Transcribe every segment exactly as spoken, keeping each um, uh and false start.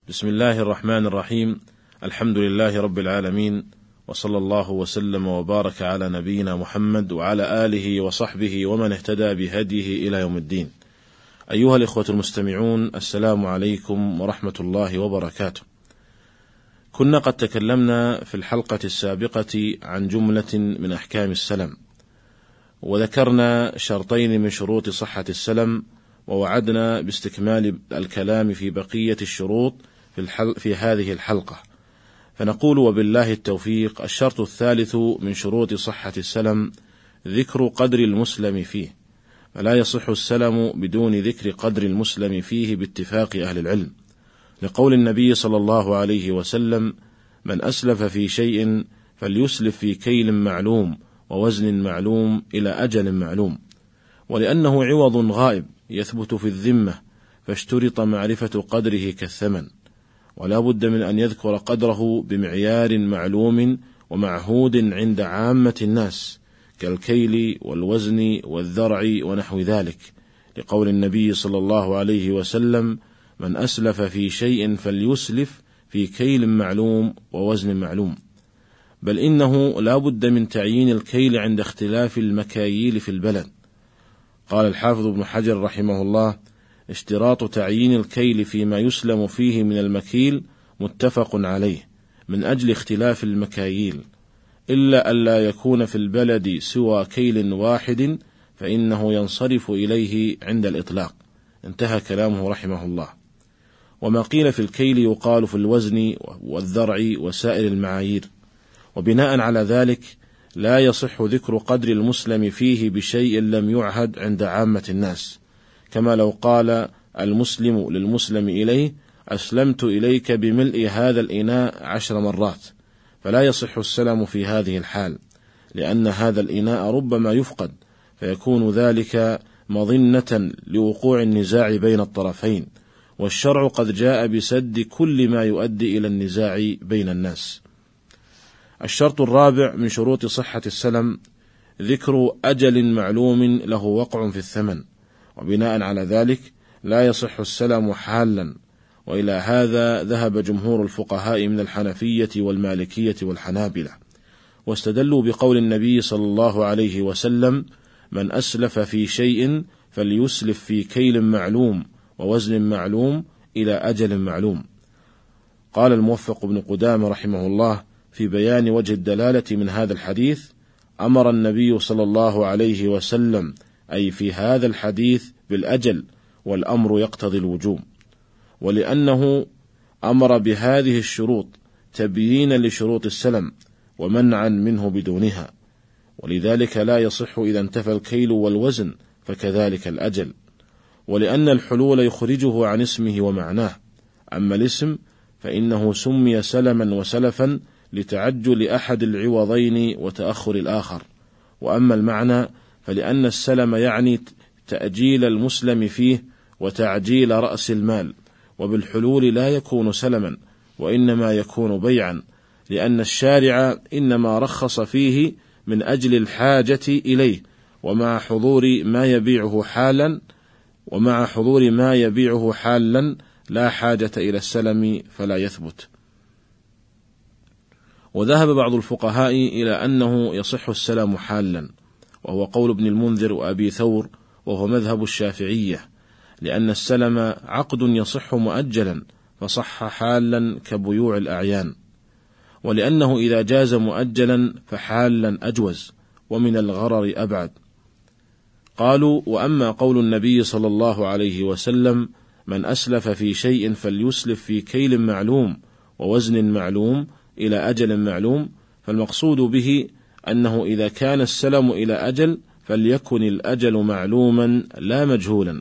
بسم الله الرحمن الرحيم. الحمد لله رب العالمين، وصلى الله وسلم وبارك على نبينا محمد وعلى آله وصحبه ومن اهتدى بهديه إلى يوم الدين. أيها الإخوة المستمعون، السلام عليكم ورحمة الله وبركاته. كنا قد تكلمنا في الحلقة السابقة عن جملة من أحكام السلم، وذكرنا شرطين من شروط صحة السلم، ووعدنا باستكمال الكلام في بقية الشروط في, الحل في هذه الحلقة. فنقول وبالله التوفيق: الشرط الثالث من شروط صحة السلم ذكر قدر المسلم فيه، فلا يصح السلم بدون ذكر قدر المسلم فيه باتفاق أهل العلم، لقول النبي صلى الله عليه وسلم: من أسلف في شيء فليسلف في كيل معلوم ووزن معلوم إلى أجل معلوم، ولأنه عوض غائب يثبت في الذمة، فاشترط معرفة قدره كالثمن، ولا بد من أن يذكر قدره بمعيار معلوم ومعهود عند عامة الناس كالكيل والوزن والذرع ونحو ذلك، لقول النبي صلى الله عليه وسلم: من أسلف في شيء فليسلف في كيل معلوم ووزن معلوم. بل إنه لا بد من تعيين الكيل عند اختلاف المكاييل في البلد. قال الحافظ ابن حجر رحمه الله: اشتراط تعيين الكيل فيما يسلم فيه من المكيل متفق عليه من أجل اختلاف المكاييل، إلا ألا يكون في البلد سوى كيل واحد فإنه ينصرف إليه عند الإطلاق. انتهى كلامه رحمه الله. وما قيل في الكيل يقال في الوزن والذرع وسائر المعايير. وبناء على ذلك لا يصح ذكر قدر المسلم فيه بشيء لم يعهد عند عامة الناس، كما لو قال المسلم للمسلم إليه: أسلمت إليك بملء هذا الإناء عشر مرات، فلا يصح السلم في هذه الحال، لأن هذا الإناء ربما يفقد، فيكون ذلك مظنة لوقوع النزاع بين الطرفين، والشرع قد جاء بسد كل ما يؤدي إلى النزاع بين الناس. الشرط الرابع من شروط صحة السلم ذكر أجل معلوم له وقع في الثمن، وبناء على ذلك لا يصح السلم حالا، وإلى هذا ذهب جمهور الفقهاء من الحنفية والمالكية والحنابلة، واستدلوا بقول النبي صلى الله عليه وسلم: من أسلف في شيء فليسلف في كيل معلوم ووزن معلوم إلى أجل معلوم. قال الموفق بن قدامة رحمه الله في بيان وجه الدلالة من هذا الحديث: أمر النبي صلى الله عليه وسلم أي في هذا الحديث بالأجل، والأمر يقتضي الوجوب، ولأنه أمر بهذه الشروط تبيينا لشروط السلم ومنعا منه بدونها، ولذلك لا يصح إذا انتفى الكيل والوزن، فكذلك الأجل، ولأن الحلول يخرجه عن اسمه ومعناه. أما الاسم فإنه سمي سلما وسلفا لتعجل أحد العوضين وتأخر الآخر، وأما المعنى فلأن السلم يعني تأجيل المسلم فيه وتعجيل رأس المال، وبالحلول لا يكون سلما وإنما يكون بيعا، لأن الشارع إنما رخص فيه من أجل الحاجة إليه، ومع حضور ما يبيعه حالا ومع حضور ما يبيعه حالا لا حاجة إلى السلم فلا يثبت. وذهب بعض الفقهاء إلى أنه يصح السلم حالا، وهو قول ابن المنذر وأبي ثور، وهو مذهب الشافعية، لأن السلم عقد يصح مؤجلا فصح حالا كبيوع الأعيان، ولأنه إذا جاز مؤجلا فحالا أجوز ومن الغرر أبعد. قالوا: وأما قول النبي صلى الله عليه وسلم: من أسلف في شيء فليسلف في كيل معلوم ووزن معلوم إلى أجل معلوم، فالمقصود به أنه إذا كان السلم إلى أجل فليكن الأجل معلوما لا مجهولا.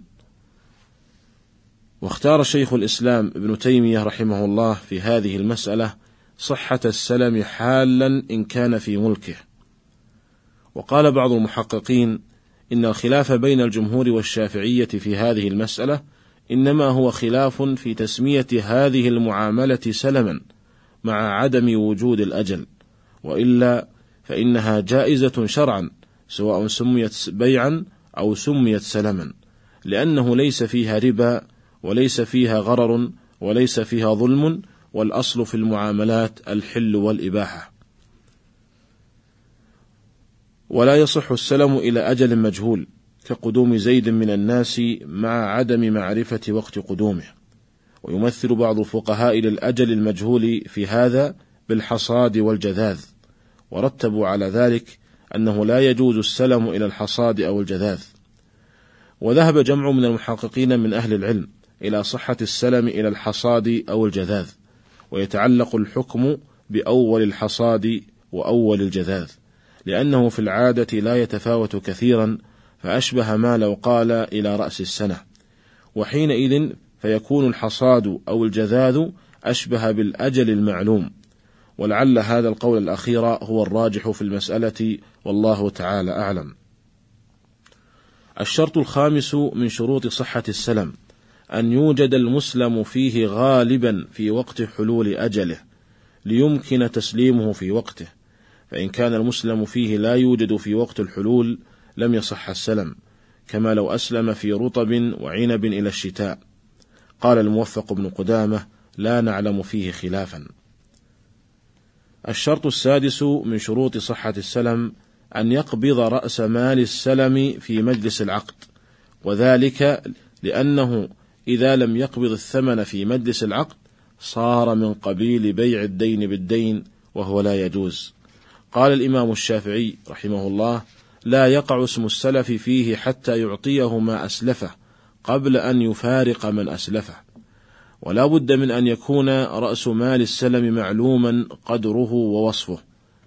واختار شيخ الإسلام ابن تيمية رحمه الله في هذه المسألة صحة السلم حالا إن كان في ملكه. وقال بعض المحققين إن الخلاف بين الجمهور والشافعية في هذه المسألة إنما هو خلاف في تسمية هذه المعاملة سلما مع عدم وجود الأجل، وإلا فإنها جائزة شرعا سواء سميت بيعا أو سميت سلما، لأنه ليس فيها ربا وليس فيها غرر وليس فيها ظلم، والأصل في المعاملات الحل والإباحة. ولا يصح السلم إلى أجل مجهول كقدوم زيد من الناس مع عدم معرفة وقت قدومه. ويمثل بعض الفقهاء للأجل المجهول في هذا بالحصاد والجذاذ، ورتبوا على ذلك أنه لا يجوز السلم إلى الحصاد أو الجذاذ. وذهب جمع من المحققين من أهل العلم إلى صحة السلم إلى الحصاد أو الجذاذ، ويتعلق الحكم بأول الحصاد وأول الجذاذ، لأنه في العادة لا يتفاوت كثيرا، فأشبه ما لو قال إلى رأس السنة، وحينئذ فيكون الحصاد أو الجذاذ أشبه بالأجل المعلوم. ولعل هذا القول الأخير هو الراجح في المسألة، والله تعالى أعلم. الشرط الخامس من شروط صحة السلم أن يوجد المسلم فيه غالبا في وقت حلول أجله ليمكن تسليمه في وقته، فإن كان المسلم فيه لا يوجد في وقت الحلول لم يصح السلم، كما لو أسلم في رطب وعنب إلى الشتاء. قال الموفق بن قدامة: لا نعلم فيه خلافا. الشرط السادس من شروط صحة السلم أن يقبض رأس مال السلم في مجلس العقد، وذلك لأنه إذا لم يقبض الثمن في مجلس العقد صار من قبيل بيع الدين بالدين، وهو لا يجوز. قال الإمام الشافعي رحمه الله: لا يقع اسم السلف فيه حتى يعطيه ما أسلفه قبل أن يفارق من أسلفه، ولا بد من أن يكون رأس مال السلم معلوما قدره ووصفه.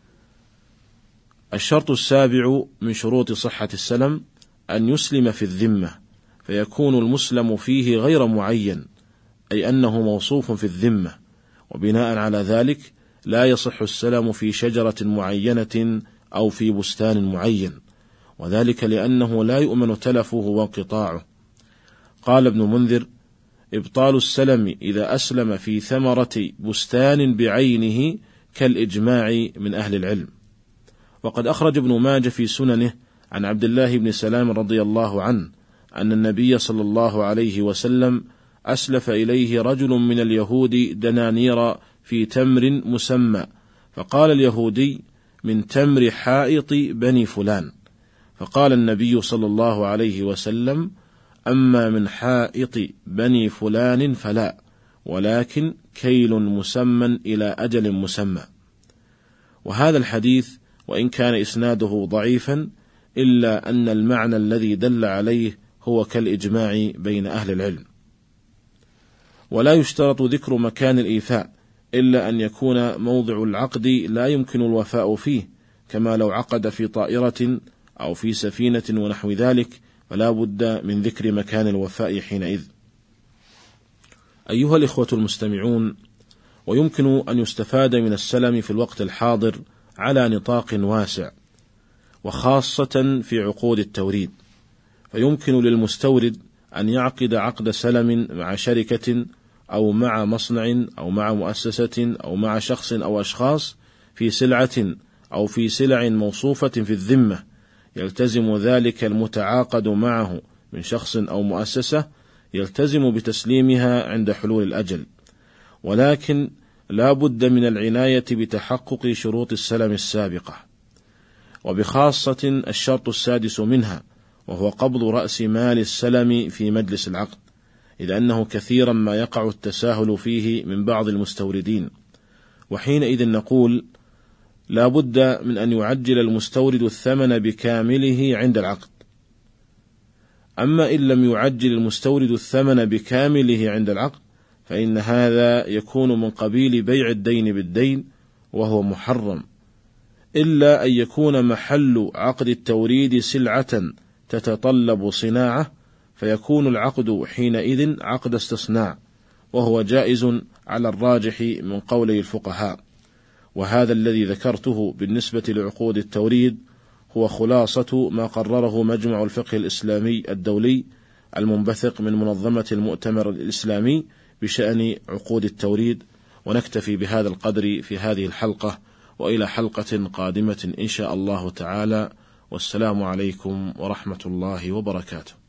الشرط السابع من شروط صحة السلم أن يسلم في الذمة، فيكون المسلم فيه غير معين، أي أنه موصوف في الذمة، وبناء على ذلك لا يصح السلم في شجرة معينة أو في بستان معين، وذلك لأنه لا يؤمن تلفه وانقطاعه. قال ابن منذر: إبطال السلم إذا أسلم في ثمرة بستان بعينه كالإجماع من أهل العلم. وقد أخرج ابن ماجه في سننه عن عبد الله بن سلام رضي الله عنه أن النبي صلى الله عليه وسلم أسلف إليه رجل من اليهود دنانير في تمر مسمى، فقال اليهودي: من تمر حائط بني فلان. فقال النبي صلى الله عليه وسلم: أما من حائط بني فلان فلا، ولكن كيل مسمى إلى أجل مسمى. وهذا الحديث وإن كان إسناده ضعيفا إلا أن المعنى الذي دل عليه هو كالإجماع بين أهل العلم. ولا يشترط ذكر مكان الإيفاء إلا أن يكون موضع العقد لا يمكن الوفاء فيه، كما لو عقد في طائرة أو في سفينة ونحو ذلك، فلا بد من ذكر مكان الوفاء حينئذ. أيها الإخوة المستمعون، ويمكن أن يستفاد من السلم في الوقت الحاضر على نطاق واسع، وخاصة في عقود التوريد، فيمكن للمستورد أن يعقد عقد سلم مع شركة أو مع مصنع أو مع مؤسسة أو مع شخص أو أشخاص في سلعة أو في سلع موصوفة في الذمة، يلتزم ذلك المتعاقد معه من شخص أو مؤسسة يلتزم بتسليمها عند حلول الأجل، ولكن لا بد من العناية بتحقق شروط السلم السابقة، وبخاصة الشرط السادس منها، وهو قبض رأس مال السلم في مجلس العقد، إذ أنه كثيرا ما يقع التساهل فيه من بعض المستوردين، وحينئذ نقول لا بد من أن يعجل المستورد الثمن بكامله عند العقد. أما إن لم يعجل المستورد الثمن بكامله عند العقد فإن هذا يكون من قبيل بيع الدين بالدين، وهو محرم، إلا أن يكون محل عقد التوريد سلعة تتطلب صناعة، فيكون العقد حينئذ عقد استصناع، وهو جائز على الراجح من قولي الفقهاء. وهذا الذي ذكرته بالنسبة لعقود التوريد هو خلاصة ما قرره مجمع الفقه الإسلامي الدولي المنبثق من منظمة المؤتمر الإسلامي بشأن عقود التوريد. ونكتفي بهذا القدر في هذه الحلقة، وإلى حلقة قادمة إن شاء الله تعالى، والسلام عليكم ورحمة الله وبركاته.